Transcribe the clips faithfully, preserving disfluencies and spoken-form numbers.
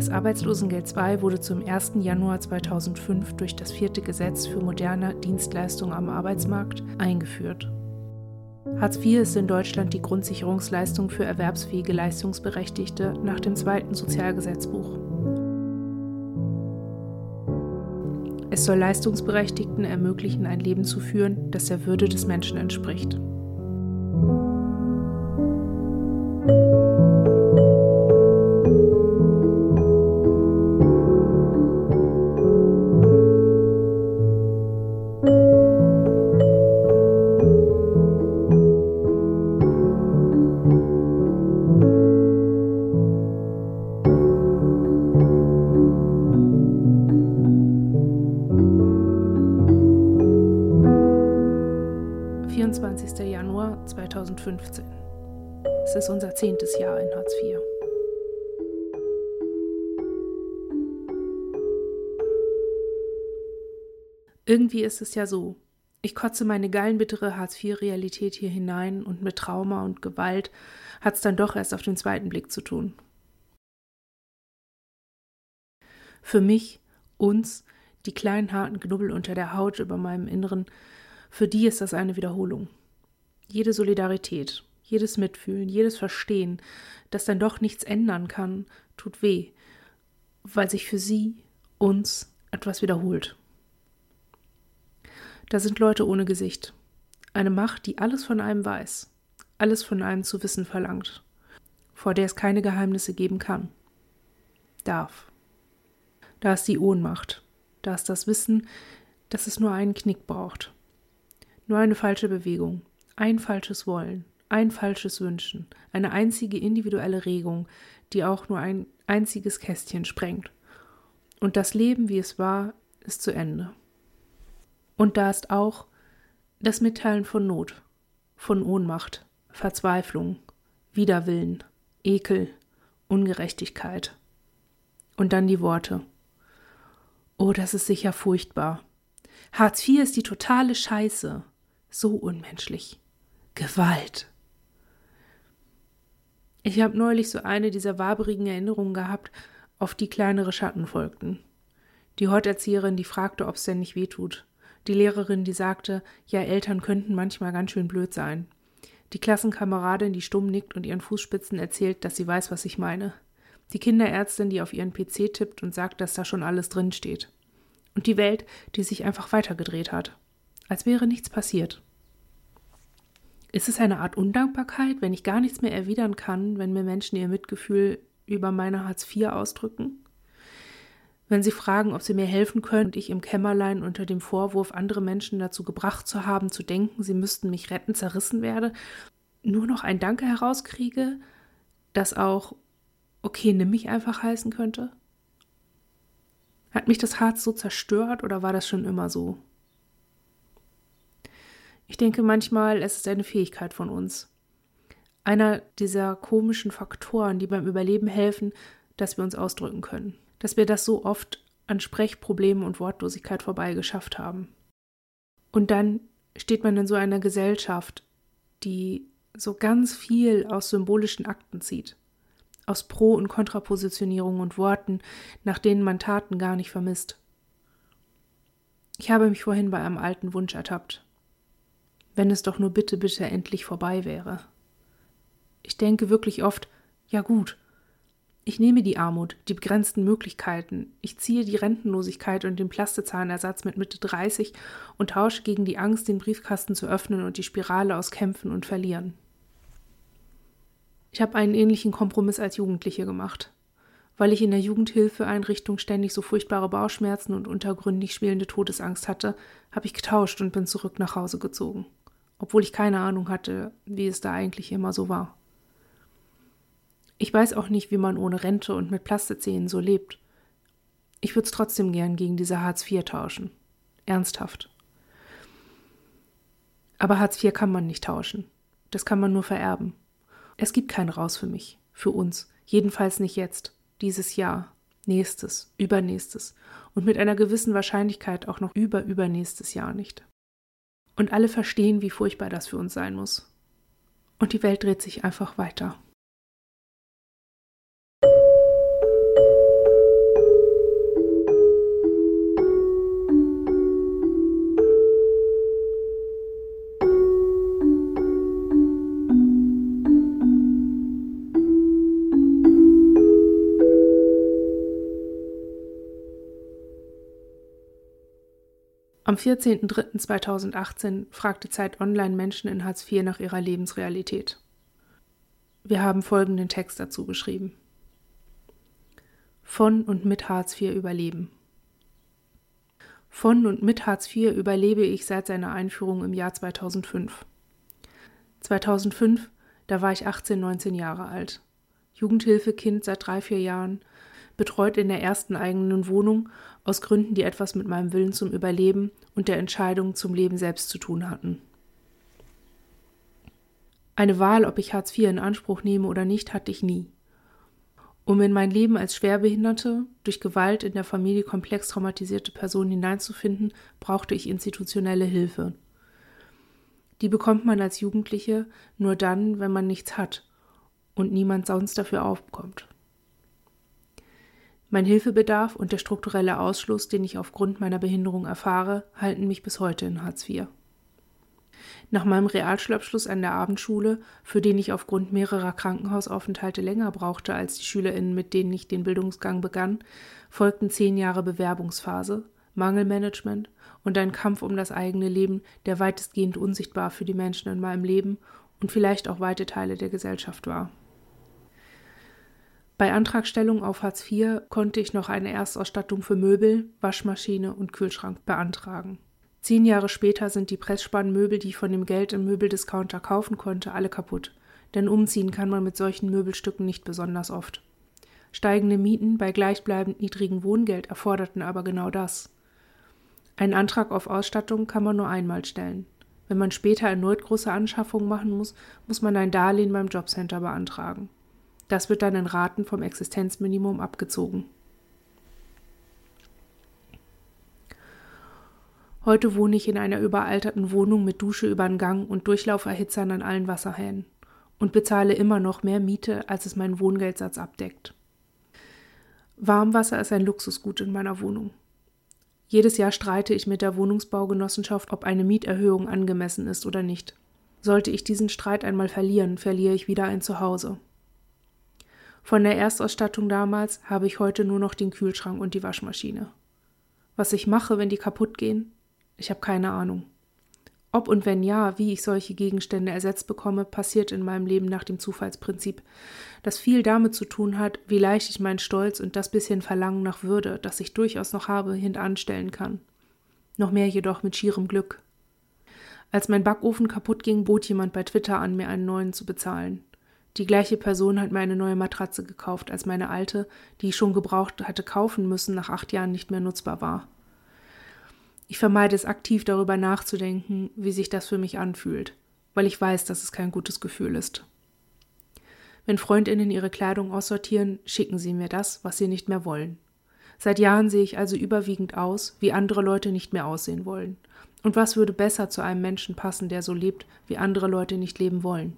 Das Arbeitslosengeld zwei wurde zum ersten Januar zweitausendfünf durch das vierte Gesetz für moderne Dienstleistungen am Arbeitsmarkt eingeführt. Hartz vier ist in Deutschland die Grundsicherungsleistung für erwerbsfähige Leistungsberechtigte nach dem zweiten Sozialgesetzbuch. Es soll Leistungsberechtigten ermöglichen, ein Leben zu führen, das der Würde des Menschen entspricht. vierundzwanzigster Januar zweitausendfünfzehn. Es ist unser zehntes Jahr in Hartz vier. Irgendwie ist es ja so. Ich kotze meine gallenbittere Hartz vier Realität hier hinein und mit Trauma und Gewalt hat es dann doch erst auf den zweiten Blick zu tun. Für mich, uns, die kleinen harten Knubbel unter der Haut über meinem Inneren, für die ist das eine Wiederholung. Jede Solidarität, jedes Mitfühlen, jedes Verstehen, das dann doch nichts ändern kann, tut weh, weil sich für sie, uns, etwas wiederholt. Da sind Leute ohne Gesicht. Eine Macht, die alles von einem weiß, alles von einem zu wissen verlangt, vor der es keine Geheimnisse geben kann, darf. Da ist die Ohnmacht, da ist das Wissen, dass es nur einen Knick braucht. Nur eine falsche Bewegung, ein falsches Wollen, ein falsches Wünschen, eine einzige individuelle Regung, die auch nur ein einziges Kästchen sprengt. Und das Leben, wie es war, ist zu Ende. Und da ist auch das Mitteilen von Not, von Ohnmacht, Verzweiflung, Widerwillen, Ekel, Ungerechtigkeit. Und dann die Worte. Oh, das ist sicher furchtbar. Hartz vier ist die totale Scheiße. So unmenschlich. Gewalt. Ich habe neulich so eine dieser waberigen Erinnerungen gehabt, auf die kleinere Schatten folgten. Die Horterzieherin, die fragte, ob es denn nicht wehtut. Die Lehrerin, die sagte, ja, Eltern könnten manchmal ganz schön blöd sein. Die Klassenkameradin, die stumm nickt und ihren Fußspitzen erzählt, dass sie weiß, was ich meine. Die Kinderärztin, die auf ihren P C tippt und sagt, dass da schon alles drinsteht. Und die Welt, die sich einfach weitergedreht hat. Als wäre nichts passiert. Ist es eine Art Undankbarkeit, wenn ich gar nichts mehr erwidern kann, wenn mir Menschen ihr Mitgefühl über meine Hartz vier ausdrücken? Wenn sie fragen, ob sie mir helfen können und ich im Kämmerlein unter dem Vorwurf, andere Menschen dazu gebracht zu haben, zu denken, sie müssten mich retten, zerrissen werde, nur noch ein Danke herauskriege, das auch okay, nimm mich einfach heißen könnte? Hat mich das Harz so zerstört oder war das schon immer so? Ich denke manchmal, es ist eine Fähigkeit von uns. Einer dieser komischen Faktoren, die beim Überleben helfen, dass wir uns ausdrücken können. Dass wir das so oft an Sprechproblemen und Wortlosigkeit vorbei geschafft haben. Und dann steht man in so einer Gesellschaft, die so ganz viel aus symbolischen Akten zieht. Aus Pro- und Kontrapositionierungen und Worten, nach denen man Taten gar nicht vermisst. Ich habe mich vorhin bei einem alten Wunsch ertappt. Wenn es doch nur bitte, bitte endlich vorbei wäre. Ich denke wirklich oft, ja gut, ich nehme die Armut, die begrenzten Möglichkeiten, ich ziehe die Rentenlosigkeit und den Plastezahnersatz mit Mitte dreißig und tausche gegen die Angst, den Briefkasten zu öffnen und die Spirale aus Kämpfen und Verlieren. Ich habe einen ähnlichen Kompromiss als Jugendliche gemacht. Weil ich in der Jugendhilfeeinrichtung ständig so furchtbare Bauchschmerzen und untergründig schwelende Todesangst hatte, habe ich getauscht und bin zurück nach Hause gezogen. Obwohl ich keine Ahnung hatte, wie es da eigentlich immer so war. Ich weiß auch nicht, wie man ohne Rente und mit Plastikzähnen so lebt. Ich würde es trotzdem gern gegen diese Hartz vier tauschen. Ernsthaft. Aber Hartz vier kann man nicht tauschen. Das kann man nur vererben. Es gibt kein Raus für mich, für uns. Jedenfalls nicht jetzt, dieses Jahr, nächstes, übernächstes und mit einer gewissen Wahrscheinlichkeit auch noch über übernächstes Jahr nicht. Und alle verstehen, wie furchtbar das für uns sein muss. Und die Welt dreht sich einfach weiter. Am vierzehnten dritten zweitausendachtzehn fragte Zeit Online Menschen in Hartz vier nach ihrer Lebensrealität. Wir haben folgenden Text dazu geschrieben. Von und mit Hartz vier überleben. Von und mit Hartz vier überlebe ich seit seiner Einführung im Jahr zweitausendfünf. zweitausendfünf, da war ich achtzehn, neunzehn Jahre alt. Jugendhilfekind seit drei, vier Jahren, betreut in der ersten eigenen Wohnung, aus Gründen, die etwas mit meinem Willen zum Überleben und der Entscheidung zum Leben selbst zu tun hatten. Eine Wahl, ob ich Hartz vier in Anspruch nehme oder nicht, hatte ich nie. Um in mein Leben als schwerbehinderte, durch Gewalt in der Familie komplex traumatisierte Person hineinzufinden, brauchte ich institutionelle Hilfe. Die bekommt man als Jugendliche nur dann, wenn man nichts hat und niemand sonst dafür aufkommt. Mein Hilfebedarf und der strukturelle Ausschluss, den ich aufgrund meiner Behinderung erfahre, halten mich bis heute in Hartz vier. Nach meinem Realschulabschluss an der Abendschule, für den ich aufgrund mehrerer Krankenhausaufenthalte länger brauchte als die SchülerInnen, mit denen ich den Bildungsgang begann, folgten zehn Jahre Bewerbungsphase, Mangelmanagement und ein Kampf um das eigene Leben, der weitestgehend unsichtbar für die Menschen in meinem Leben und vielleicht auch weite Teile der Gesellschaft war. Bei Antragstellung auf Hartz vier konnte ich noch eine Erstausstattung für Möbel, Waschmaschine und Kühlschrank beantragen. Zehn Jahre später sind die Pressspannmöbel, die ich von dem Geld im Möbeldiscounter kaufen konnte, alle kaputt. Denn umziehen kann man mit solchen Möbelstücken nicht besonders oft. Steigende Mieten bei gleichbleibend niedrigem Wohngeld erforderten aber genau das. Einen Antrag auf Ausstattung kann man nur einmal stellen. Wenn man später erneut große Anschaffungen machen muss, muss man ein Darlehen beim Jobcenter beantragen. Das wird dann in Raten vom Existenzminimum abgezogen. Heute wohne ich in einer überalterten Wohnung mit Dusche über den Gang und Durchlauferhitzern an allen Wasserhähnen und bezahle immer noch mehr Miete, als es mein Wohngeldsatz abdeckt. Warmwasser ist ein Luxusgut in meiner Wohnung. Jedes Jahr streite ich mit der Wohnungsbaugenossenschaft, ob eine Mieterhöhung angemessen ist oder nicht. Sollte ich diesen Streit einmal verlieren, verliere ich wieder ein Zuhause. Von der Erstausstattung damals habe ich heute nur noch den Kühlschrank und die Waschmaschine. Was ich mache, wenn die kaputt gehen? Ich habe keine Ahnung. Ob und wenn ja, wie ich solche Gegenstände ersetzt bekomme, passiert in meinem Leben nach dem Zufallsprinzip, das viel damit zu tun hat, wie leicht ich meinen Stolz und das bisschen Verlangen nach Würde, das ich durchaus noch habe, hintanstellen kann. Noch mehr jedoch mit schierem Glück. Als mein Backofen kaputt ging, bot jemand bei Twitter an, mir einen neuen zu bezahlen. Die gleiche Person hat mir eine neue Matratze gekauft, als meine alte, die ich schon gebraucht hatte kaufen müssen, nach acht Jahren nicht mehr nutzbar war. Ich vermeide es aktiv, darüber nachzudenken, wie sich das für mich anfühlt, weil ich weiß, dass es kein gutes Gefühl ist. Wenn FreundInnen ihre Kleidung aussortieren, schicken sie mir das, was sie nicht mehr wollen. Seit Jahren sehe ich also überwiegend aus, wie andere Leute nicht mehr aussehen wollen. Und was würde besser zu einem Menschen passen, der so lebt, wie andere Leute nicht leben wollen?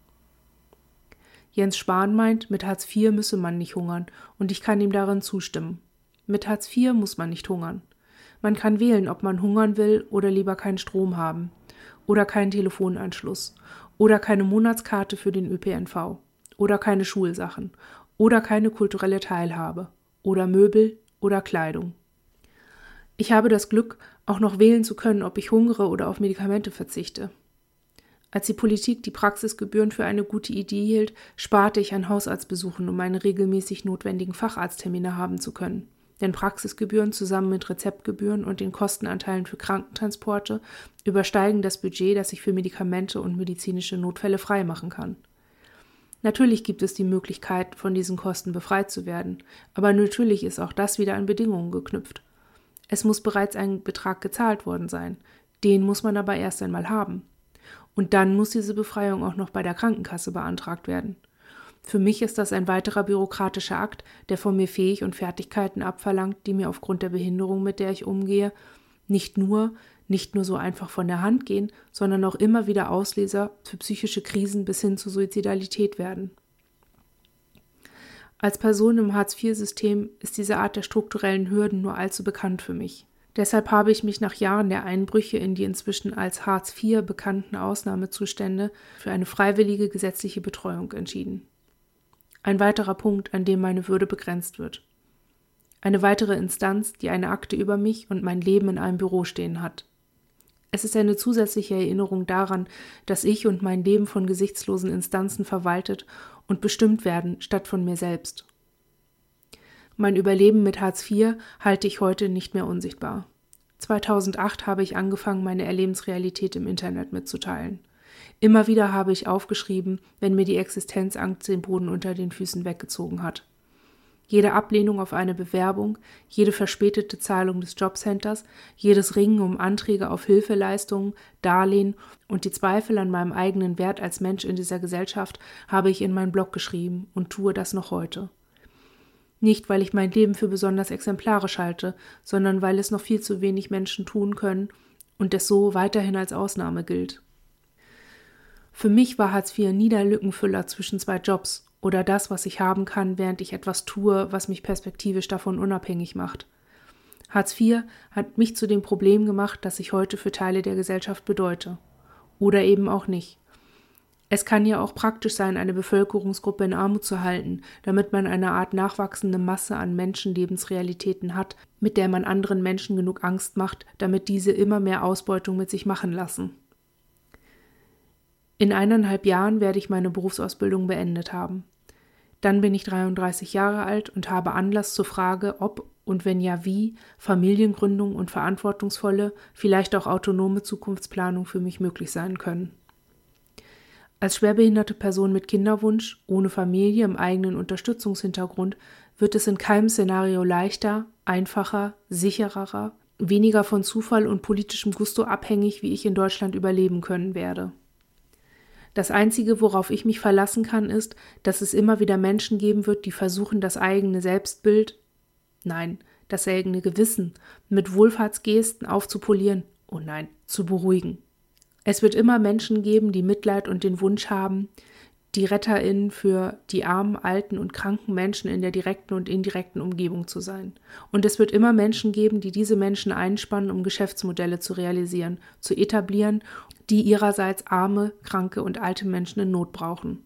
Jens Spahn meint, mit Hartz vier müsse man nicht hungern, und ich kann ihm darin zustimmen. Mit Hartz vier muss man nicht hungern. Man kann wählen, ob man hungern will oder lieber keinen Strom haben oder keinen Telefonanschluss oder keine Monatskarte für den Ö P N V oder keine Schulsachen oder keine kulturelle Teilhabe oder Möbel oder Kleidung. Ich habe das Glück, auch noch wählen zu können, ob ich hungere oder auf Medikamente verzichte. Als die Politik die Praxisgebühren für eine gute Idee hielt, sparte ich an Hausarztbesuchen, um meine regelmäßig notwendigen Facharzttermine haben zu können. Denn Praxisgebühren zusammen mit Rezeptgebühren und den Kostenanteilen für Krankentransporte übersteigen das Budget, das ich für Medikamente und medizinische Notfälle freimachen kann. Natürlich gibt es die Möglichkeit, von diesen Kosten befreit zu werden, aber natürlich ist auch das wieder an Bedingungen geknüpft. Es muss bereits ein Betrag gezahlt worden sein, den muss man aber erst einmal haben. Und dann muss diese Befreiung auch noch bei der Krankenkasse beantragt werden. Für mich ist das ein weiterer bürokratischer Akt, der von mir Fähig- und Fertigkeiten abverlangt, die mir aufgrund der Behinderung, mit der ich umgehe, nicht nur, nicht nur so einfach von der Hand gehen, sondern auch immer wieder Auslöser für psychische Krisen bis hin zur Suizidalität werden. Als Person im Hartz vier System ist diese Art der strukturellen Hürden nur allzu bekannt für mich. Deshalb habe ich mich nach Jahren der Einbrüche in die inzwischen als Hartz vier bekannten Ausnahmezustände für eine freiwillige gesetzliche Betreuung entschieden. Ein weiterer Punkt, an dem meine Würde begrenzt wird. Eine weitere Instanz, die eine Akte über mich und mein Leben in einem Büro stehen hat. Es ist eine zusätzliche Erinnerung daran, dass ich und mein Leben von gesichtslosen Instanzen verwaltet und bestimmt werden, statt von mir selbst. Mein Überleben mit Hartz vier halte ich heute nicht mehr unsichtbar. zweitausendacht habe ich angefangen, meine Erlebensrealität im Internet mitzuteilen. Immer wieder habe ich aufgeschrieben, wenn mir die Existenzangst den Boden unter den Füßen weggezogen hat. Jede Ablehnung auf eine Bewerbung, jede verspätete Zahlung des Jobcenters, jedes Ringen um Anträge auf Hilfeleistungen, Darlehen und die Zweifel an meinem eigenen Wert als Mensch in dieser Gesellschaft habe ich in meinen Blog geschrieben und tue das noch heute. Nicht, weil ich mein Leben für besonders exemplarisch halte, sondern weil es noch viel zu wenig Menschen tun können und es so weiterhin als Ausnahme gilt. Für mich war Hartz vier nie der Lückenfüller zwischen zwei Jobs oder das, was ich haben kann, während ich etwas tue, was mich perspektivisch davon unabhängig macht. Hartz vier hat mich zu dem Problem gemacht, das ich heute für Teile der Gesellschaft bedeute. Oder eben auch nicht. Es kann ja auch praktisch sein, eine Bevölkerungsgruppe in Armut zu halten, damit man eine Art nachwachsende Masse an Menschenlebensrealitäten hat, mit der man anderen Menschen genug Angst macht, damit diese immer mehr Ausbeutung mit sich machen lassen. In eineinhalb Jahren werde ich meine Berufsausbildung beendet haben. Dann bin ich dreiunddreißig Jahre alt und habe Anlass zur Frage, ob und wenn ja wie Familiengründung und verantwortungsvolle, vielleicht auch autonome Zukunftsplanung für mich möglich sein können. Als schwerbehinderte Person mit Kinderwunsch, ohne Familie im eigenen Unterstützungshintergrund, wird es in keinem Szenario leichter, einfacher, sicherer, weniger von Zufall und politischem Gusto abhängig, wie ich in Deutschland überleben können werde. Das Einzige, worauf ich mich verlassen kann, ist, dass es immer wieder Menschen geben wird, die versuchen, das eigene Selbstbild, nein, das eigene Gewissen, mit Wohlfahrtsgesten aufzupolieren, oh nein, zu beruhigen. Es wird immer Menschen geben, die Mitleid und den Wunsch haben, die RetterInnen für die armen, alten und kranken Menschen in der direkten und indirekten Umgebung zu sein. Und es wird immer Menschen geben, die diese Menschen einspannen, um Geschäftsmodelle zu realisieren, zu etablieren, die ihrerseits arme, kranke und alte Menschen in Not brauchen.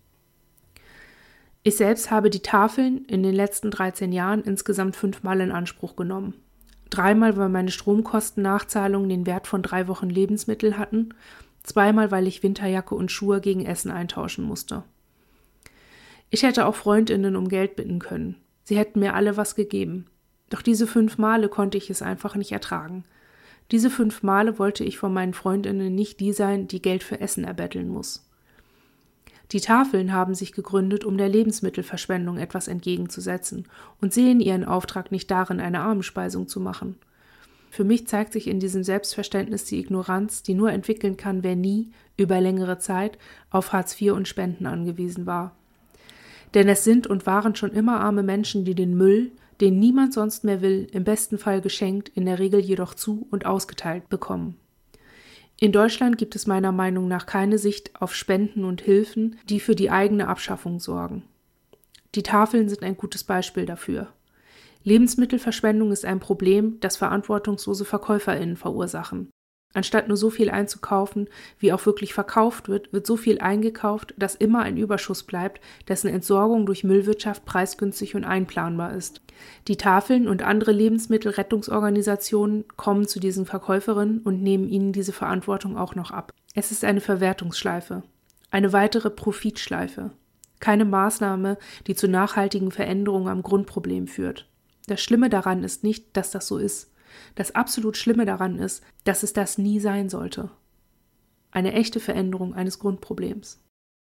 Ich selbst habe die Tafeln in den letzten dreizehn Jahren insgesamt fünfmal in Anspruch genommen. Dreimal, weil meine Stromkostennachzahlungen den Wert von drei Wochen Lebensmittel hatten, zweimal, weil ich Winterjacke und Schuhe gegen Essen eintauschen musste. Ich hätte auch FreundInnen um Geld bitten können. Sie hätten mir alle was gegeben. Doch diese fünf Male konnte ich es einfach nicht ertragen. Diese fünf Male wollte ich von meinen FreundInnen nicht die sein, die Geld für Essen erbetteln muss. Die Tafeln haben sich gegründet, um der Lebensmittelverschwendung etwas entgegenzusetzen und sehen ihren Auftrag nicht darin, eine Armenspeisung zu machen. Für mich zeigt sich in diesem Selbstverständnis die Ignoranz, die nur entwickeln kann, wer nie, über längere Zeit, auf Hartz vier und Spenden angewiesen war. Denn es sind und waren schon immer arme Menschen, die den Müll, den niemand sonst mehr will, im besten Fall geschenkt, in der Regel jedoch zu- und ausgeteilt bekommen. In Deutschland gibt es meiner Meinung nach keine Sicht auf Spenden und Hilfen, die für die eigene Abschaffung sorgen. Die Tafeln sind ein gutes Beispiel dafür. Lebensmittelverschwendung ist ein Problem, das verantwortungslose VerkäuferInnen verursachen. Anstatt nur so viel einzukaufen, wie auch wirklich verkauft wird, wird so viel eingekauft, dass immer ein Überschuss bleibt, dessen Entsorgung durch Müllwirtschaft preisgünstig und einplanbar ist. Die Tafeln und andere Lebensmittelrettungsorganisationen kommen zu diesen Verkäuferinnen und nehmen ihnen diese Verantwortung auch noch ab. Es ist eine Verwertungsschleife, eine weitere Profitschleife. Keine Maßnahme, die zu nachhaltigen Veränderungen am Grundproblem führt. Das Schlimme daran ist nicht, dass das so ist. Das absolut Schlimme daran ist, dass es das nie sein sollte. Eine echte Veränderung eines Grundproblems.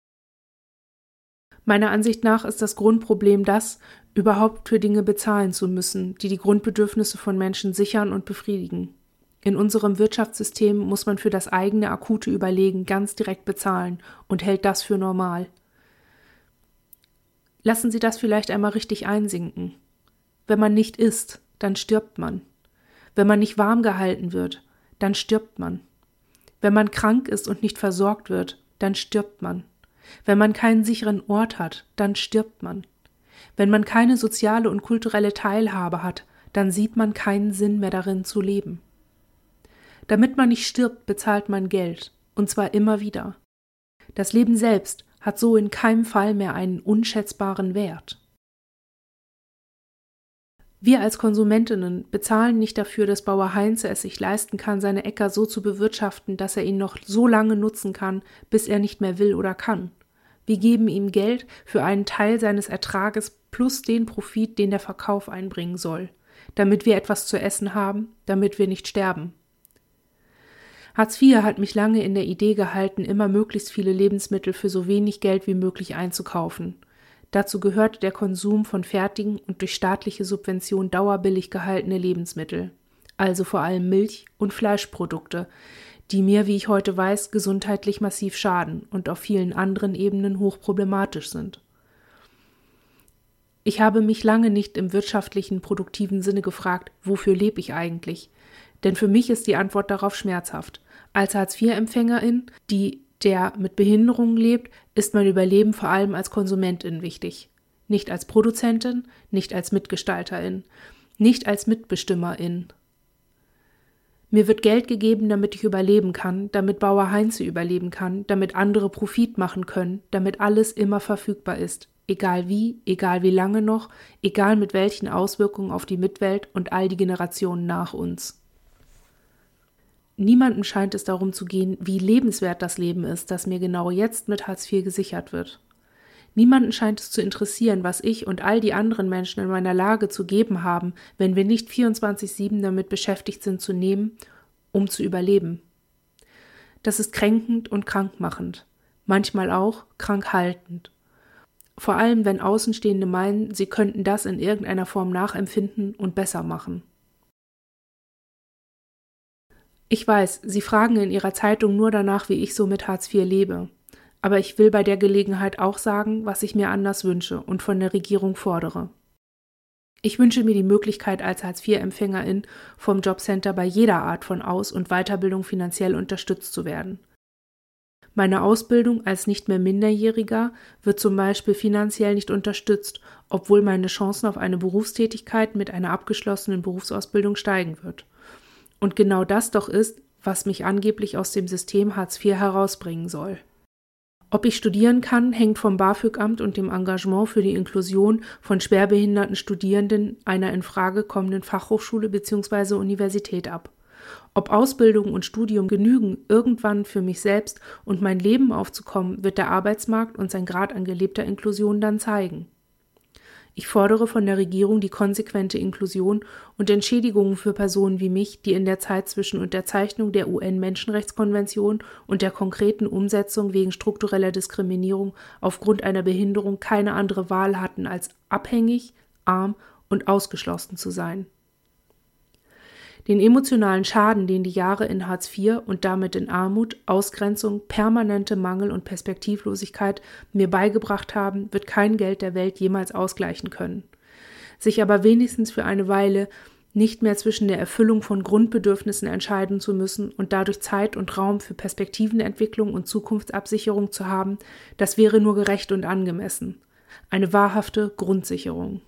Meiner Ansicht nach ist das Grundproblem das, überhaupt für Dinge bezahlen zu müssen, die die Grundbedürfnisse von Menschen sichern und befriedigen. In unserem Wirtschaftssystem muss man für das eigene akute Überlegen ganz direkt bezahlen und hält das für normal. Lassen Sie das vielleicht einmal richtig einsinken. Wenn man nicht isst, dann stirbt man. Wenn man nicht warm gehalten wird, dann stirbt man. Wenn man krank ist und nicht versorgt wird, dann stirbt man. Wenn man keinen sicheren Ort hat, dann stirbt man. Wenn man keine soziale und kulturelle Teilhabe hat, dann sieht man keinen Sinn mehr darin zu leben. Damit man nicht stirbt, bezahlt man Geld, und zwar immer wieder. Das Leben selbst hat so in keinem Fall mehr einen unschätzbaren Wert. Wir als Konsumentinnen bezahlen nicht dafür, dass Bauer Heinze es sich leisten kann, seine Äcker so zu bewirtschaften, dass er ihn noch so lange nutzen kann, bis er nicht mehr will oder kann. Wir geben ihm Geld für einen Teil seines Ertrages plus den Profit, den der Verkauf einbringen soll, damit wir etwas zu essen haben, damit wir nicht sterben. Hartz vier hat mich lange in der Idee gehalten, immer möglichst viele Lebensmittel für so wenig Geld wie möglich einzukaufen. Dazu gehört der Konsum von fertigen und durch staatliche Subvention dauerbillig gehaltene Lebensmittel, also vor allem Milch- und Fleischprodukte, die mir, wie ich heute weiß, gesundheitlich massiv schaden und auf vielen anderen Ebenen hochproblematisch sind. Ich habe mich lange nicht im wirtschaftlichen, produktiven Sinne gefragt, wofür lebe ich eigentlich? Denn für mich ist die Antwort darauf schmerzhaft. Als Hartz vier Empfängerin, die der mit Behinderungen lebt, ist mein Überleben vor allem als Konsumentin wichtig. Nicht als Produzentin, nicht als Mitgestalterin, nicht als Mitbestimmerin. Mir wird Geld gegeben, damit ich überleben kann, damit Bauer Heinze überleben kann, damit andere Profit machen können, damit alles immer verfügbar ist. Egal wie, egal wie lange noch, egal mit welchen Auswirkungen auf die Mitwelt und all die Generationen nach uns. Niemandem scheint es darum zu gehen, wie lebenswert das Leben ist, das mir genau jetzt mit Hartz vier gesichert wird. Niemanden scheint es zu interessieren, was ich und all die anderen Menschen in meiner Lage zu geben haben, wenn wir nicht vierundzwanzig sieben damit beschäftigt sind zu nehmen, um zu überleben. Das ist kränkend und krankmachend, manchmal auch krankhaltend. Vor allem, wenn Außenstehende meinen, sie könnten das in irgendeiner Form nachempfinden und besser machen. Ich weiß, Sie fragen in Ihrer Zeitung nur danach, wie ich so mit Hartz vier lebe. Aber ich will bei der Gelegenheit auch sagen, was ich mir anders wünsche und von der Regierung fordere. Ich wünsche mir die Möglichkeit, als Hartz vier Empfängerin vom Jobcenter bei jeder Art von Aus- und Weiterbildung finanziell unterstützt zu werden. Meine Ausbildung als nicht mehr Minderjähriger wird zum Beispiel finanziell nicht unterstützt, obwohl meine Chancen auf eine Berufstätigkeit mit einer abgeschlossenen Berufsausbildung steigen wird. Und genau das doch ist, was mich angeblich aus dem System Hartz vier herausbringen soll. Ob ich studieren kann, hängt vom BAföG-Amt und dem Engagement für die Inklusion von schwerbehinderten Studierenden einer in Frage kommenden Fachhochschule bzw. Universität ab. Ob Ausbildung und Studium genügen, irgendwann für mich selbst und mein Leben aufzukommen, wird der Arbeitsmarkt und sein Grad an gelebter Inklusion dann zeigen. Ich fordere von der Regierung die konsequente Inklusion und Entschädigungen für Personen wie mich, die in der Zeit zwischen Unterzeichnung der U N-Menschenrechtskonvention und der konkreten Umsetzung wegen struktureller Diskriminierung aufgrund einer Behinderung keine andere Wahl hatten, als abhängig, arm und ausgeschlossen zu sein. Den emotionalen Schaden, den die Jahre in Hartz vier und damit in Armut, Ausgrenzung, permanente Mangel und Perspektivlosigkeit mir beigebracht haben, wird kein Geld der Welt jemals ausgleichen können. Sich aber wenigstens für eine Weile nicht mehr zwischen der Erfüllung von Grundbedürfnissen entscheiden zu müssen und dadurch Zeit und Raum für Perspektivenentwicklung und Zukunftsabsicherung zu haben, das wäre nur gerecht und angemessen. Eine wahrhafte Grundsicherung.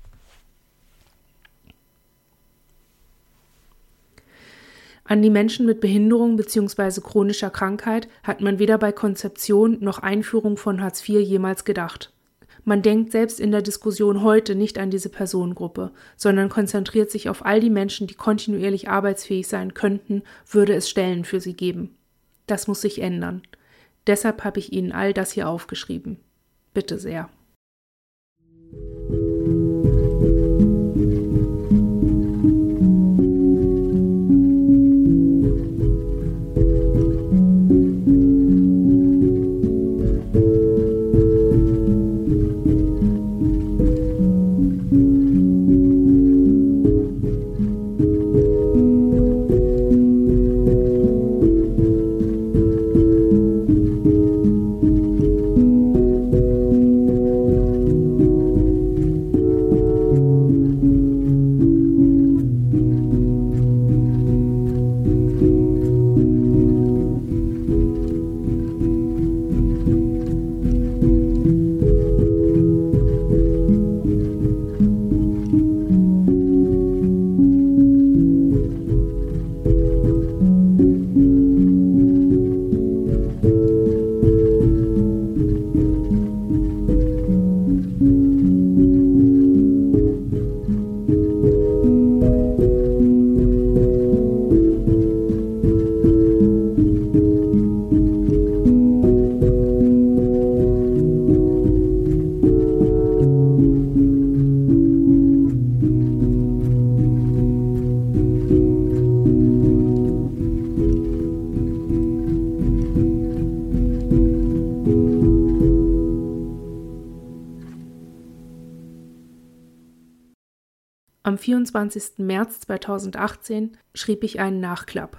An die Menschen mit Behinderung bzw. chronischer Krankheit hat man weder bei Konzeption noch Einführung von Hartz vier jemals gedacht. Man denkt selbst in der Diskussion heute nicht an diese Personengruppe, sondern konzentriert sich auf all die Menschen, die kontinuierlich arbeitsfähig sein könnten, würde es Stellen für sie geben. Das muss sich ändern. Deshalb habe ich Ihnen all das hier aufgeschrieben. Bitte sehr. Am vierundzwanzigsten März zweitausendachtzehn schrieb ich einen Nachklapp.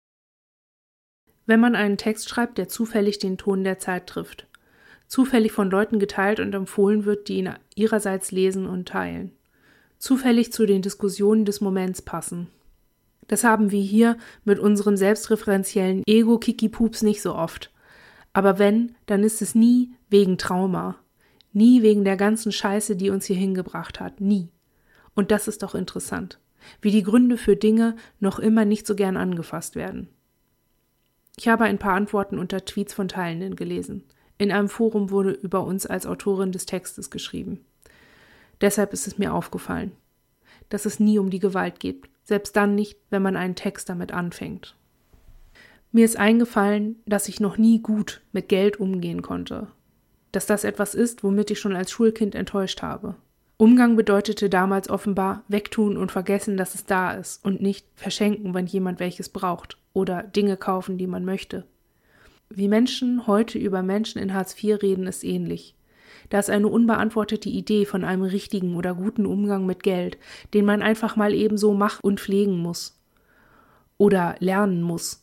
Wenn man einen Text schreibt, der zufällig den Ton der Zeit trifft, zufällig von Leuten geteilt und empfohlen wird, die ihn ihrerseits lesen und teilen, zufällig zu den Diskussionen des Moments passen. Das haben wir hier mit unserem selbstreferenziellen Ego-Kiki-Pups nicht so oft. Aber wenn, dann ist es nie wegen Trauma. Nie wegen der ganzen Scheiße, die uns hier hingebracht hat. Nie. Und das ist doch interessant. Wie die Gründe für Dinge noch immer nicht so gern angefasst werden. Ich habe ein paar Antworten unter Tweets von Teilenden gelesen. In einem Forum wurde über uns als Autorin des Textes geschrieben. Deshalb ist es mir aufgefallen, dass es nie um die Gewalt geht. Selbst dann nicht, wenn man einen Text damit anfängt. Mir ist eingefallen, dass ich noch nie gut mit Geld umgehen konnte. Dass das etwas ist, womit ich schon als Schulkind enttäuscht habe. Umgang bedeutete damals offenbar wegtun und vergessen, dass es da ist und nicht verschenken, wenn jemand welches braucht oder Dinge kaufen, die man möchte. Wie Menschen heute über Menschen in Hartz vier reden, ist ähnlich. Da ist eine unbeantwortete Idee von einem richtigen oder guten Umgang mit Geld, den man einfach mal eben so machen und pflegen muss. Oder lernen muss.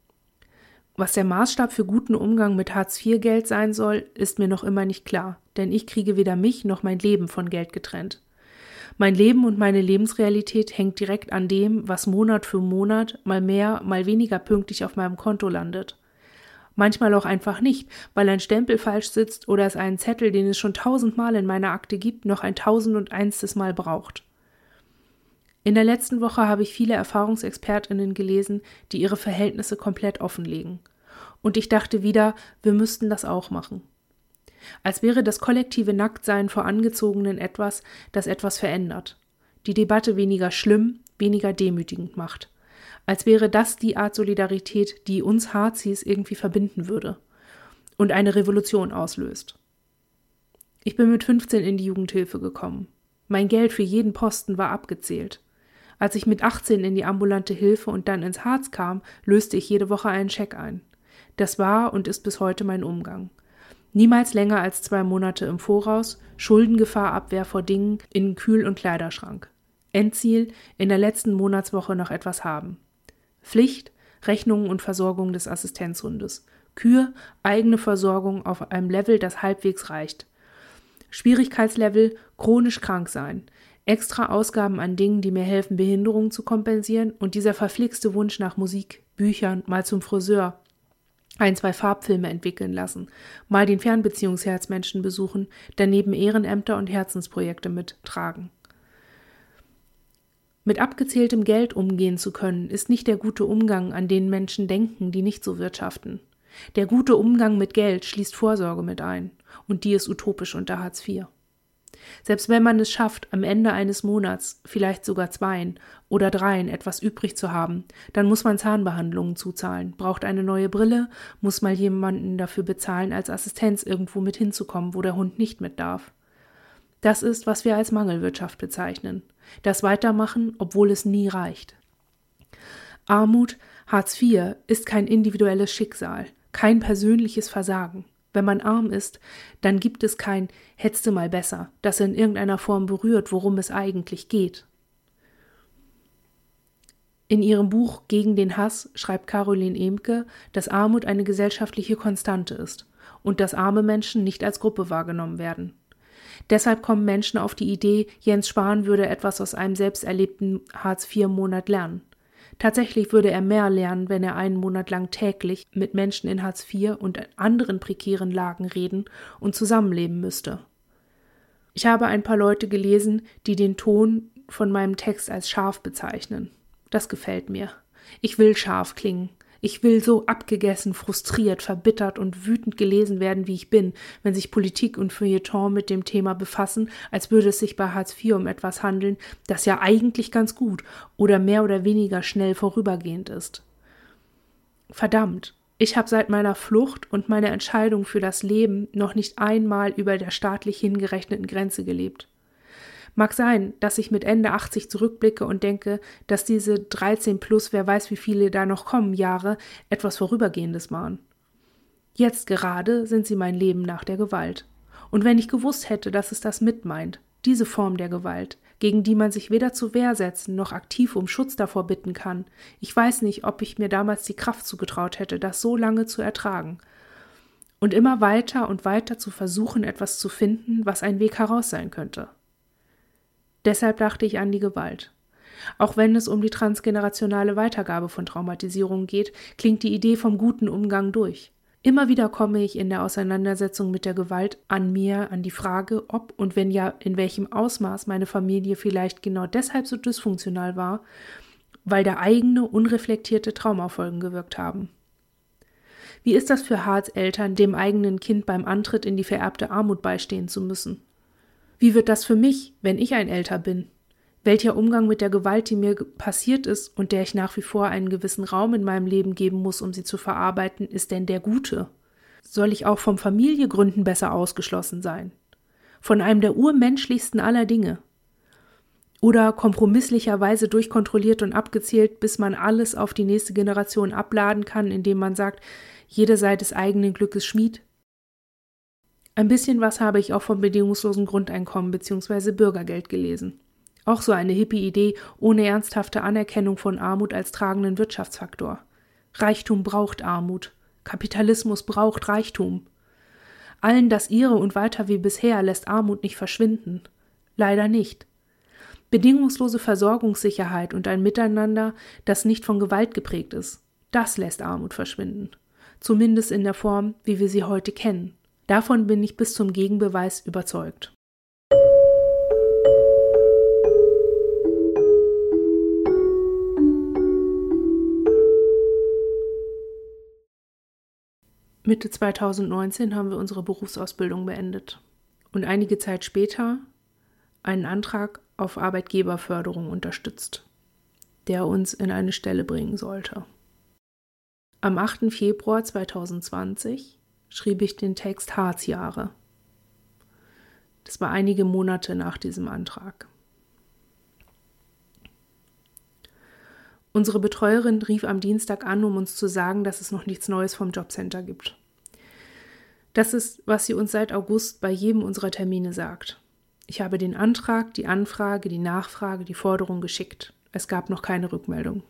Was der Maßstab für guten Umgang mit Hartz vier Geld sein soll, ist mir noch immer nicht klar, denn ich kriege weder mich noch mein Leben von Geld getrennt. Mein Leben und meine Lebensrealität hängt direkt an dem, was Monat für Monat mal mehr, mal weniger pünktlich auf meinem Konto landet. Manchmal auch einfach nicht, weil ein Stempel falsch sitzt oder es einen Zettel, den es schon tausendmal in meiner Akte gibt, noch ein tausendundseinstes Mal braucht. In der letzten Woche habe ich viele ErfahrungsexpertInnen gelesen, die ihre Verhältnisse komplett offenlegen. Und ich dachte wieder, wir müssten das auch machen. Als wäre das kollektive Nacktsein vor Angezogenen etwas, das etwas verändert. Die Debatte weniger schlimm, weniger demütigend macht. Als wäre das die Art Solidarität, die uns Harzis irgendwie verbinden würde und eine Revolution auslöst. Ich bin mit fünfzehn in die Jugendhilfe gekommen. Mein Geld für jeden Posten war abgezählt. Als ich mit achtzehn in die ambulante Hilfe und dann ins Harz kam, löste ich jede Woche einen Scheck ein. Das war und ist bis heute mein Umgang. Niemals länger als zwei Monate im Voraus, Schuldengefahrabwehr vor Dingen in Kühl- und Kleiderschrank. Endziel, in der letzten Monatswoche noch etwas haben. Pflicht, Rechnungen und Versorgung des Assistenzhundes. Kür, eigene Versorgung auf einem Level, das halbwegs reicht. Schwierigkeitslevel, chronisch krank sein. Extra Ausgaben an Dingen, die mir helfen, Behinderungen zu kompensieren und dieser verflixte Wunsch nach Musik, Büchern, mal zum Friseur, ein, zwei Farbfilme entwickeln lassen, mal den Fernbeziehungsherzmenschen besuchen, daneben Ehrenämter und Herzensprojekte mittragen. Mit abgezähltem Geld umgehen zu können, ist nicht der gute Umgang, an den Menschen denken, die nicht so wirtschaften. Der gute Umgang mit Geld schließt Vorsorge mit ein, und die ist utopisch unter Hartz vier. Selbst wenn man es schafft, am Ende eines Monats, vielleicht sogar zweien oder dreien etwas übrig zu haben, dann muss man Zahnbehandlungen zuzahlen, braucht eine neue Brille, muss mal jemanden dafür bezahlen, als Assistenz irgendwo mit hinzukommen, wo der Hund nicht mit darf. Das ist, was wir als Mangelwirtschaft bezeichnen. Das Weitermachen, obwohl es nie reicht. Armut, Hartz vier, ist kein individuelles Schicksal, kein persönliches Versagen. Wenn man arm ist, dann gibt es kein „hättest du mal besser", das in irgendeiner Form berührt, worum es eigentlich geht. In ihrem Buch Gegen den Hass schreibt Caroline Emke, dass Armut eine gesellschaftliche Konstante ist und dass arme Menschen nicht als Gruppe wahrgenommen werden. Deshalb kommen Menschen auf die Idee, Jens Spahn würde etwas aus einem selbst erlebten Hartz vier Monat lernen. Tatsächlich würde er mehr lernen, wenn er einen Monat lang täglich mit Menschen in Hartz vier und anderen prekären Lagen reden und zusammenleben müsste. Ich habe ein paar Leute gelesen, die den Ton von meinem Text als scharf bezeichnen. Das gefällt mir. Ich will scharf klingen. Ich will so abgegessen, frustriert, verbittert und wütend gelesen werden, wie ich bin, wenn sich Politik und Feuilleton mit dem Thema befassen, als würde es sich bei Hartz vier um etwas handeln, das ja eigentlich ganz gut oder mehr oder weniger schnell vorübergehend ist. Verdammt, ich habe seit meiner Flucht und meiner Entscheidung für das Leben noch nicht einmal über der staatlich hingerechneten Grenze gelebt. Mag sein, dass ich mit Ende achtzig zurückblicke und denke, dass diese dreizehn plus, wer weiß wie viele da noch kommen, Jahre etwas Vorübergehendes waren. Jetzt gerade sind sie mein Leben nach der Gewalt. Und wenn ich gewusst hätte, dass es das mit meint, diese Form der Gewalt, gegen die man sich weder zur Wehr setzen noch aktiv um Schutz davor bitten kann. Ich weiß nicht, ob ich mir damals die Kraft zugetraut hätte, das so lange zu ertragen. Und immer weiter und weiter zu versuchen, etwas zu finden, was ein Weg heraus sein könnte. Deshalb dachte ich an die Gewalt. Auch wenn es um die transgenerationale Weitergabe von Traumatisierungen geht, klingt die Idee vom guten Umgang durch. Immer wieder komme ich in der Auseinandersetzung mit der Gewalt an mir an die Frage, ob und wenn ja, in welchem Ausmaß meine Familie vielleicht genau deshalb so dysfunktional war, weil da eigene, unreflektierte Traumafolgen gewirkt haben. Wie ist das für Harts Eltern, dem eigenen Kind beim Antritt in die vererbte Armut beistehen zu müssen? Wie wird das für mich, wenn ich ein Älter bin? Welcher Umgang mit der Gewalt, die mir passiert ist und der ich nach wie vor einen gewissen Raum in meinem Leben geben muss, um sie zu verarbeiten, ist denn der gute? Soll ich auch vom Familiengründen besser ausgeschlossen sein? Von einem der urmenschlichsten aller Dinge? Oder kompromisslicherweise durchkontrolliert und abgezählt, bis man alles auf die nächste Generation abladen kann, indem man sagt, jede sei des eigenen Glückes Schmied? Ein bisschen was habe ich auch vom bedingungslosen Grundeinkommen bzw. Bürgergeld gelesen. Auch so eine Hippie-Idee ohne ernsthafte Anerkennung von Armut als tragenden Wirtschaftsfaktor. Reichtum braucht Armut. Kapitalismus braucht Reichtum. Allen das ihre und weiter wie bisher lässt Armut nicht verschwinden. Leider nicht. Bedingungslose Versorgungssicherheit und ein Miteinander, das nicht von Gewalt geprägt ist, das lässt Armut verschwinden. Zumindest in der Form, wie wir sie heute kennen. Davon bin ich bis zum Gegenbeweis überzeugt. Mitte zweitausendneunzehn haben wir unsere Berufsausbildung beendet und einige Zeit später einen Antrag auf Arbeitgeberförderung unterstützt, der uns in eine Stelle bringen sollte. Am achten Februar zweitausendzwanzig schrieb ich den Text Harzjahre. Das war einige Monate nach diesem Antrag. Unsere Betreuerin rief am Dienstag an, um uns zu sagen, dass es noch nichts Neues vom Jobcenter gibt. Das ist, was sie uns seit August bei jedem unserer Termine sagt. Ich habe den Antrag, die Anfrage, die Nachfrage, die Forderung geschickt. Es gab noch keine Rückmeldung.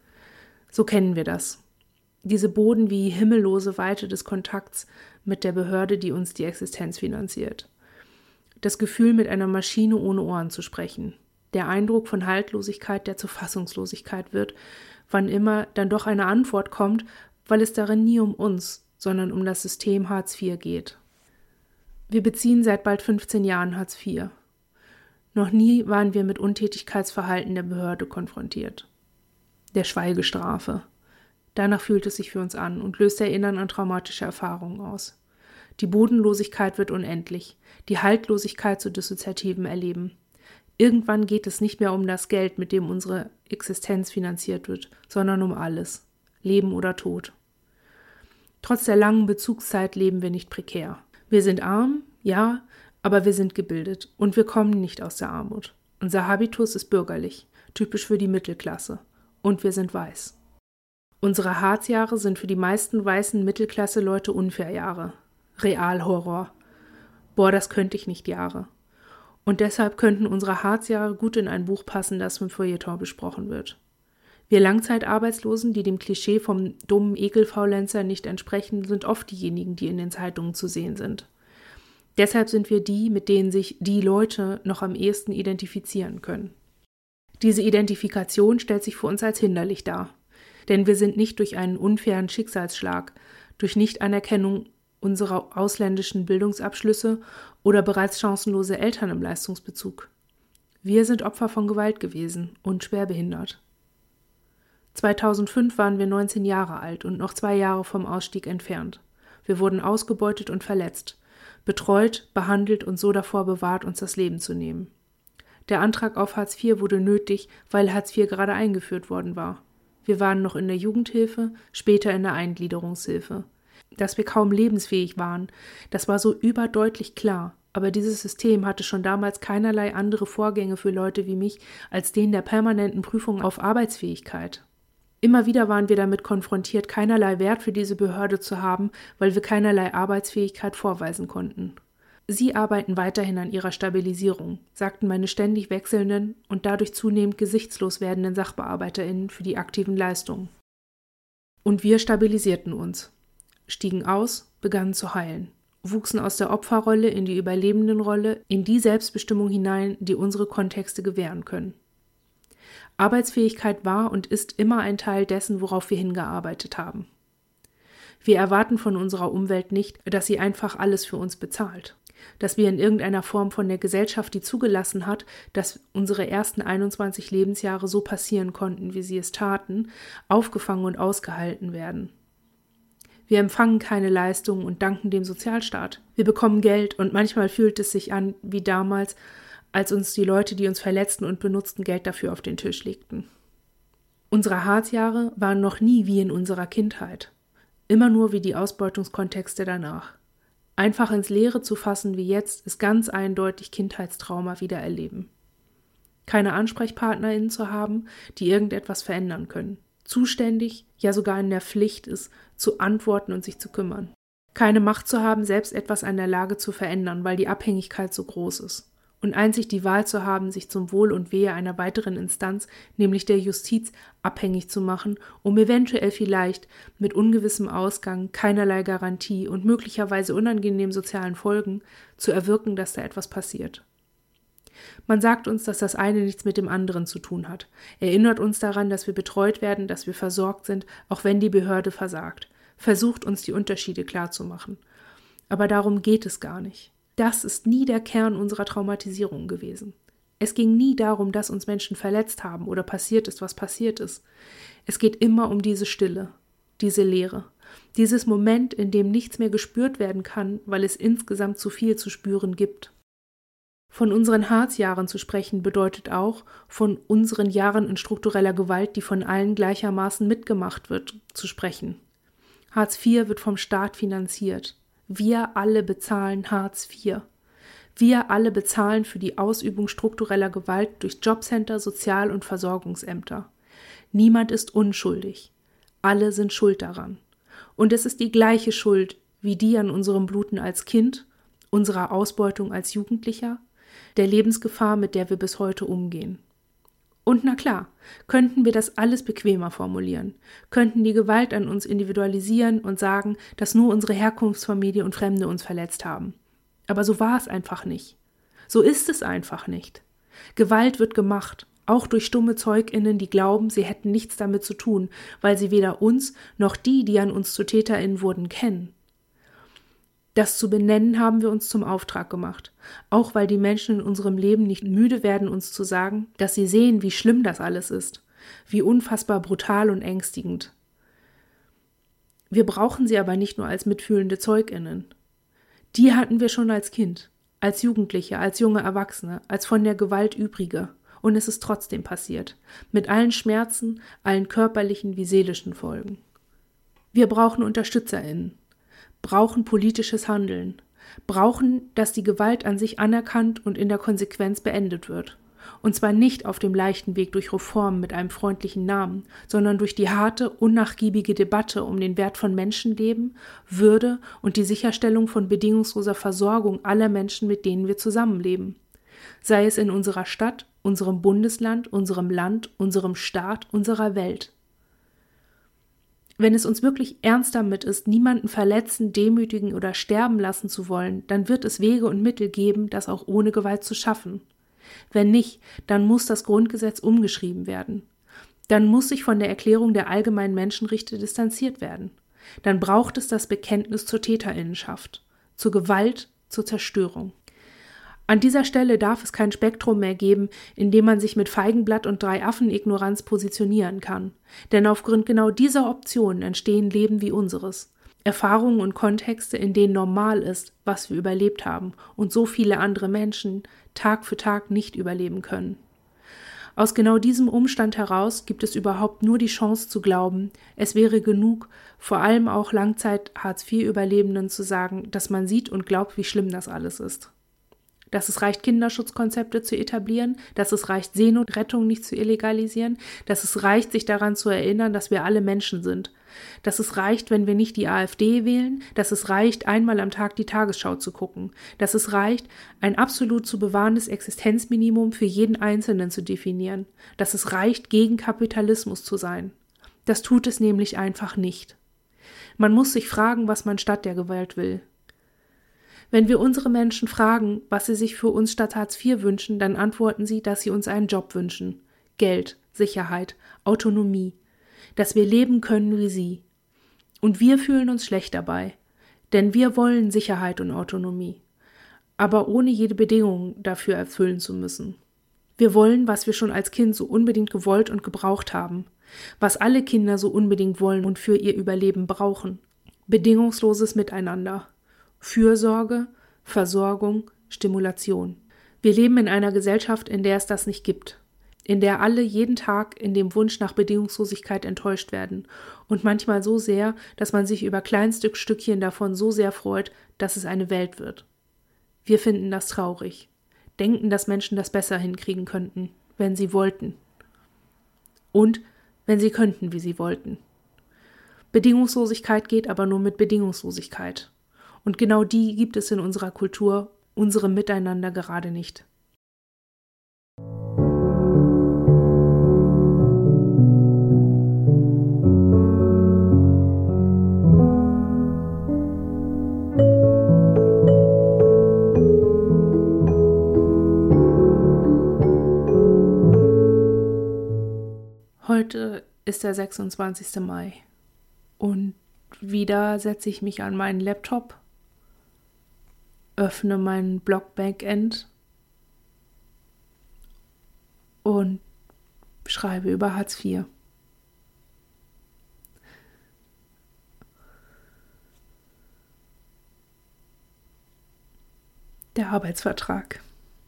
So kennen wir das. Diese Boden wie himmellose Weite des Kontakts mit der Behörde, die uns die Existenz finanziert. Das Gefühl, mit einer Maschine ohne Ohren zu sprechen. Der Eindruck von Haltlosigkeit, der zur Fassungslosigkeit wird, wann immer dann doch eine Antwort kommt, weil es darin nie um uns, sondern um das System Hartz vier geht. Wir beziehen seit bald fünfzehn Jahren Hartz vier. Noch nie waren wir mit Untätigkeitsverhalten der Behörde konfrontiert. Der Schweigestrafe. Danach fühlt es sich für uns an und löst Erinnern an traumatische Erfahrungen aus. Die Bodenlosigkeit wird unendlich, die Haltlosigkeit zu dissoziativem Erleben. Irgendwann geht es nicht mehr um das Geld, mit dem unsere Existenz finanziert wird, sondern um alles, Leben oder Tod. Trotz der langen Bezugszeit leben wir nicht prekär. Wir sind arm, ja, aber wir sind gebildet und wir kommen nicht aus der Armut. Unser Habitus ist bürgerlich, typisch für die Mittelklasse, und wir sind weiß. Unsere Harzjahre sind für die meisten weißen Mittelklasse-Leute Unfairjahre. Realhorror. Boah, das könnte ich nicht Jahre. Und deshalb könnten unsere Harzjahre gut in ein Buch passen, das im Feuilleton besprochen wird. Wir Langzeitarbeitslosen, die dem Klischee vom dummen Ekelfaulenzer nicht entsprechen, sind oft diejenigen, die in den Zeitungen zu sehen sind. Deshalb sind wir die, mit denen sich die Leute noch am ehesten identifizieren können. Diese Identifikation stellt sich für uns als hinderlich dar. Denn wir sind nicht durch einen unfairen Schicksalsschlag, durch Nichtanerkennung unserer ausländischen Bildungsabschlüsse oder bereits chancenlose Eltern im Leistungsbezug. Wir sind Opfer von Gewalt gewesen und schwerbehindert. zweitausendfünf waren wir neunzehn Jahre alt und noch zwei Jahre vom Ausstieg entfernt. Wir wurden ausgebeutet und verletzt, betreut, behandelt und so davor bewahrt, uns das Leben zu nehmen. Der Antrag auf Hartz vier wurde nötig, weil Hartz vier gerade eingeführt worden war. Wir waren noch in der Jugendhilfe, später in der Eingliederungshilfe. Dass wir kaum lebensfähig waren, das war so überdeutlich klar, aber dieses System hatte schon damals keinerlei andere Vorgänge für Leute wie mich als den der permanenten Prüfung auf Arbeitsfähigkeit. Immer wieder waren wir damit konfrontiert, keinerlei Wert für diese Behörde zu haben, weil wir keinerlei Arbeitsfähigkeit vorweisen konnten. Sie arbeiten weiterhin an ihrer Stabilisierung, sagten meine ständig wechselnden und dadurch zunehmend gesichtslos werdenden SachbearbeiterInnen für die aktiven Leistungen. Und wir stabilisierten uns, stiegen aus, begannen zu heilen, wuchsen aus der Opferrolle in die Überlebendenrolle, in die Selbstbestimmung hinein, die unsere Kontexte gewähren können. Arbeitsfähigkeit war und ist immer ein Teil dessen, worauf wir hingearbeitet haben. Wir erwarten von unserer Umwelt nicht, dass sie einfach alles für uns bezahlt, dass wir in irgendeiner Form von der Gesellschaft, die zugelassen hat, dass unsere ersten einundzwanzig Lebensjahre so passieren konnten, wie sie es taten, aufgefangen und ausgehalten werden. Wir empfangen keine Leistungen und danken dem Sozialstaat. Wir bekommen Geld und manchmal fühlt es sich an wie damals, als uns die Leute, die uns verletzten und benutzten, Geld dafür auf den Tisch legten. Unsere Harzjahre waren noch nie wie in unserer Kindheit. Immer nur wie die Ausbeutungskontexte danach. Einfach ins Leere zu fassen wie jetzt, ist ganz eindeutig Kindheitstrauma wiedererleben. Keine AnsprechpartnerInnen zu haben, die irgendetwas verändern können. Zuständig, ja sogar in der Pflicht ist, zu antworten und sich zu kümmern. Keine Macht zu haben, selbst etwas an der Lage zu verändern, weil die Abhängigkeit so groß ist. Und einzig die Wahl zu haben, sich zum Wohl und Wehe einer weiteren Instanz, nämlich der Justiz, abhängig zu machen, um eventuell vielleicht mit ungewissem Ausgang, keinerlei Garantie und möglicherweise unangenehmen sozialen Folgen zu erwirken, dass da etwas passiert. Man sagt uns, dass das eine nichts mit dem anderen zu tun hat, erinnert uns daran, dass wir betreut werden, dass wir versorgt sind, auch wenn die Behörde versagt, versucht uns die Unterschiede klarzumachen. Aber darum geht es gar nicht. Das ist nie der Kern unserer Traumatisierung gewesen. Es ging nie darum, dass uns Menschen verletzt haben oder passiert ist, was passiert ist. Es geht immer um diese Stille, diese Leere, dieses Moment, in dem nichts mehr gespürt werden kann, weil es insgesamt zu viel zu spüren gibt. Von unseren Harzjahren zu sprechen bedeutet auch, von unseren Jahren in struktureller Gewalt, die von allen gleichermaßen mitgemacht wird, zu sprechen. Hartz vier wird vom Staat finanziert. Wir alle bezahlen Hartz vier. Wir alle bezahlen für die Ausübung struktureller Gewalt durch Jobcenter, Sozial- und Versorgungsämter. Niemand ist unschuldig. Alle sind schuld daran. Und es ist die gleiche Schuld wie die an unserem Bluten als Kind, unserer Ausbeutung als Jugendlicher, der Lebensgefahr, mit der wir bis heute umgehen. Und na klar, könnten wir das alles bequemer formulieren, könnten die Gewalt an uns individualisieren und sagen, dass nur unsere Herkunftsfamilie und Fremde uns verletzt haben. Aber so war es einfach nicht. So ist es einfach nicht. Gewalt wird gemacht, auch durch stumme ZeugInnen, die glauben, sie hätten nichts damit zu tun, weil sie weder uns noch die, die an uns zu TäterInnen wurden, kennen. Das zu benennen haben wir uns zum Auftrag gemacht, auch weil die Menschen in unserem Leben nicht müde werden, uns zu sagen, dass sie sehen, wie schlimm das alles ist, wie unfassbar brutal und ängstigend. Wir brauchen sie aber nicht nur als mitfühlende ZeugInnen. Die hatten wir schon als Kind, als Jugendliche, als junge Erwachsene, als von der Gewalt Übrige. Und es ist trotzdem passiert, mit allen Schmerzen, allen körperlichen wie seelischen Folgen. Wir brauchen UnterstützerInnen. Brauchen politisches Handeln, brauchen, dass die Gewalt an sich anerkannt und in der Konsequenz beendet wird. Und zwar nicht auf dem leichten Weg durch Reformen mit einem freundlichen Namen, sondern durch die harte, unnachgiebige Debatte um den Wert von Menschenleben, Würde und die Sicherstellung von bedingungsloser Versorgung aller Menschen, mit denen wir zusammenleben. Sei es in unserer Stadt, unserem Bundesland, unserem Land, unserem Staat, unserer Welt. Wenn es uns wirklich ernst damit ist, niemanden verletzen, demütigen oder sterben lassen zu wollen, dann wird es Wege und Mittel geben, das auch ohne Gewalt zu schaffen. Wenn nicht, dann muss das Grundgesetz umgeschrieben werden. Dann muss sich von der Erklärung der allgemeinen Menschenrechte distanziert werden. Dann braucht es das Bekenntnis zur TäterInnenschaft, zur Gewalt, zur Zerstörung. An dieser Stelle darf es kein Spektrum mehr geben, in dem man sich mit Feigenblatt und Drei-Affen-Ignoranz positionieren kann. Denn aufgrund genau dieser Optionen entstehen Leben wie unseres. Erfahrungen und Kontexte, in denen normal ist, was wir überlebt haben und so viele andere Menschen Tag für Tag nicht überleben können. Aus genau diesem Umstand heraus gibt es überhaupt nur die Chance zu glauben, es wäre genug, vor allem auch Langzeit-Hartz vier Überlebenden zu sagen, dass man sieht und glaubt, wie schlimm das alles ist. dass es reicht, Kinderschutzkonzepte zu etablieren, dass es reicht, Seenotrettung nicht zu illegalisieren, dass es reicht, sich daran zu erinnern, dass wir alle Menschen sind, dass es reicht, wenn wir nicht die AfD wählen, dass es reicht, einmal am Tag die Tagesschau zu gucken, dass es reicht, ein absolut zu bewahrendes Existenzminimum für jeden Einzelnen zu definieren, dass es reicht, gegen Kapitalismus zu sein. Das tut es nämlich einfach nicht. Man muss sich fragen, was man statt der Gewalt will. Wenn wir unsere Menschen fragen, was sie sich für uns statt Hartz vier wünschen, dann antworten sie, dass sie uns einen Job wünschen. Geld, Sicherheit, Autonomie. Dass wir leben können wie sie. Und wir fühlen uns schlecht dabei. Denn wir wollen Sicherheit und Autonomie. Aber ohne jede Bedingung dafür erfüllen zu müssen. Wir wollen, was wir schon als Kind so unbedingt gewollt und gebraucht haben. Was alle Kinder so unbedingt wollen und für ihr Überleben brauchen. Bedingungsloses Miteinander. Fürsorge, Versorgung, Stimulation. Wir leben in einer Gesellschaft, in der es das nicht gibt, in der alle jeden Tag in dem Wunsch nach Bedingungslosigkeit enttäuscht werden und manchmal so sehr, dass man sich über kleinste Stückchen davon so sehr freut, dass es eine Welt wird. Wir finden das traurig, denken, dass Menschen das besser hinkriegen könnten, wenn sie wollten. Und wenn sie könnten, wie sie wollten. Bedingungslosigkeit geht aber nur mit Bedingungslosigkeit. Und genau die gibt es in unserer Kultur, unserem Miteinander gerade nicht. Heute ist der sechsundzwanzigster Mai und wieder setze ich mich an meinen Laptop, öffne mein Blog-Backend und schreibe über Hartz vier. Der Arbeitsvertrag.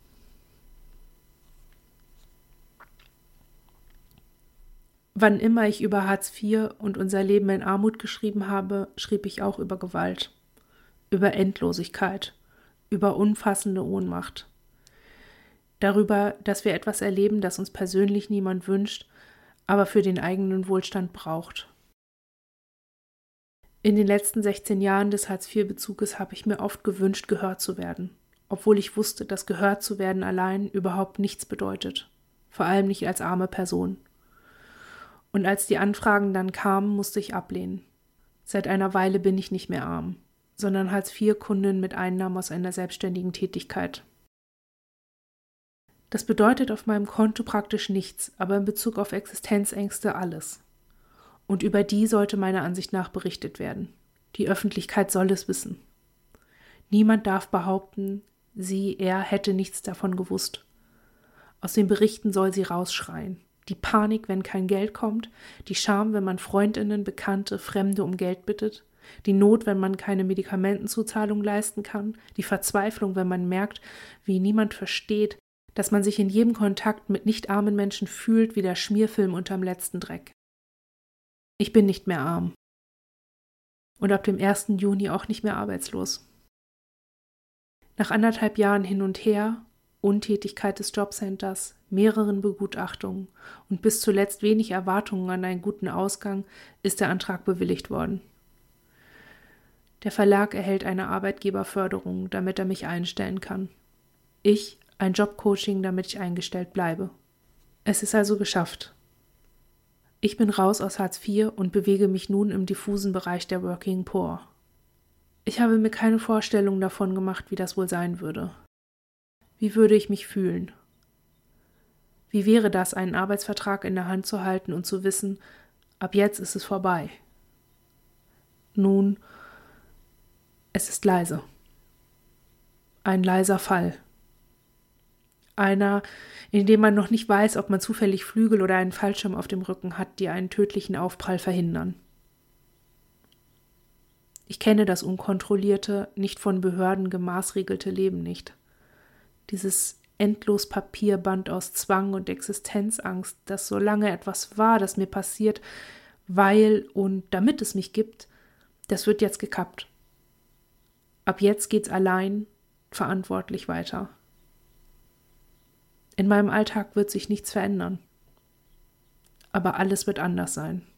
Wann immer ich über Hartz vier und unser Leben in Armut geschrieben habe, schrieb ich auch über Gewalt, über Endlosigkeit, über umfassende Ohnmacht. Darüber, dass wir etwas erleben, das uns persönlich niemand wünscht, aber für den eigenen Wohlstand braucht. In den letzten sechzehn Jahren des Hartz vier Bezuges habe ich mir oft gewünscht, gehört zu werden, obwohl ich wusste, dass gehört zu werden allein überhaupt nichts bedeutet, vor allem nicht als arme Person. Und als die Anfragen dann kamen, musste ich ablehnen. Seit einer Weile bin ich nicht mehr arm, sondern Hartz vier Kundin mit Einnahmen aus einer selbstständigen Tätigkeit. Das bedeutet auf meinem Konto praktisch nichts, aber in Bezug auf Existenzängste alles. Und über die sollte meiner Ansicht nach berichtet werden. Die Öffentlichkeit soll es wissen. Niemand darf behaupten, sie, er hätte nichts davon gewusst. Aus den Berichten soll sie rausschreien. Die Panik, wenn kein Geld kommt, die Scham, wenn man Freundinnen, Bekannte, Fremde um Geld bittet, die Not, wenn man keine Medikamentenzuzahlung leisten kann, die Verzweiflung, wenn man merkt, wie niemand versteht, dass man sich in jedem Kontakt mit nicht armen Menschen fühlt wie der Schmierfilm unterm letzten Dreck. Ich bin nicht mehr arm. Und ab dem ersten Juni auch nicht mehr arbeitslos. Nach anderthalb Jahren hin und her, Untätigkeit des Jobcenters, mehreren Begutachtungen und bis zuletzt wenig Erwartungen an einen guten Ausgang ist der Antrag bewilligt worden. Der Verlag erhält eine Arbeitgeberförderung, damit er mich einstellen kann. Ich ein Jobcoaching, damit ich eingestellt bleibe. Es ist also geschafft. Ich bin raus aus Hartz vier und bewege mich nun im diffusen Bereich der Working Poor. Ich habe mir keine Vorstellung davon gemacht, wie das wohl sein würde. Wie würde ich mich fühlen? Wie wäre das, einen Arbeitsvertrag in der Hand zu halten und zu wissen, ab jetzt ist es vorbei? Nun, es ist leise. Ein leiser Fall. Einer, in dem man noch nicht weiß, ob man zufällig Flügel oder einen Fallschirm auf dem Rücken hat, die einen tödlichen Aufprall verhindern. Ich kenne das unkontrollierte, nicht von Behörden gemaßregelte Leben nicht. Dieses endlos Papierband aus Zwang und Existenzangst, das solange etwas war, das mir passiert, weil und damit es mich gibt, das wird jetzt gekappt. Ab jetzt geht's allein, verantwortlich weiter. In meinem Alltag wird sich nichts verändern. Aber alles wird anders sein.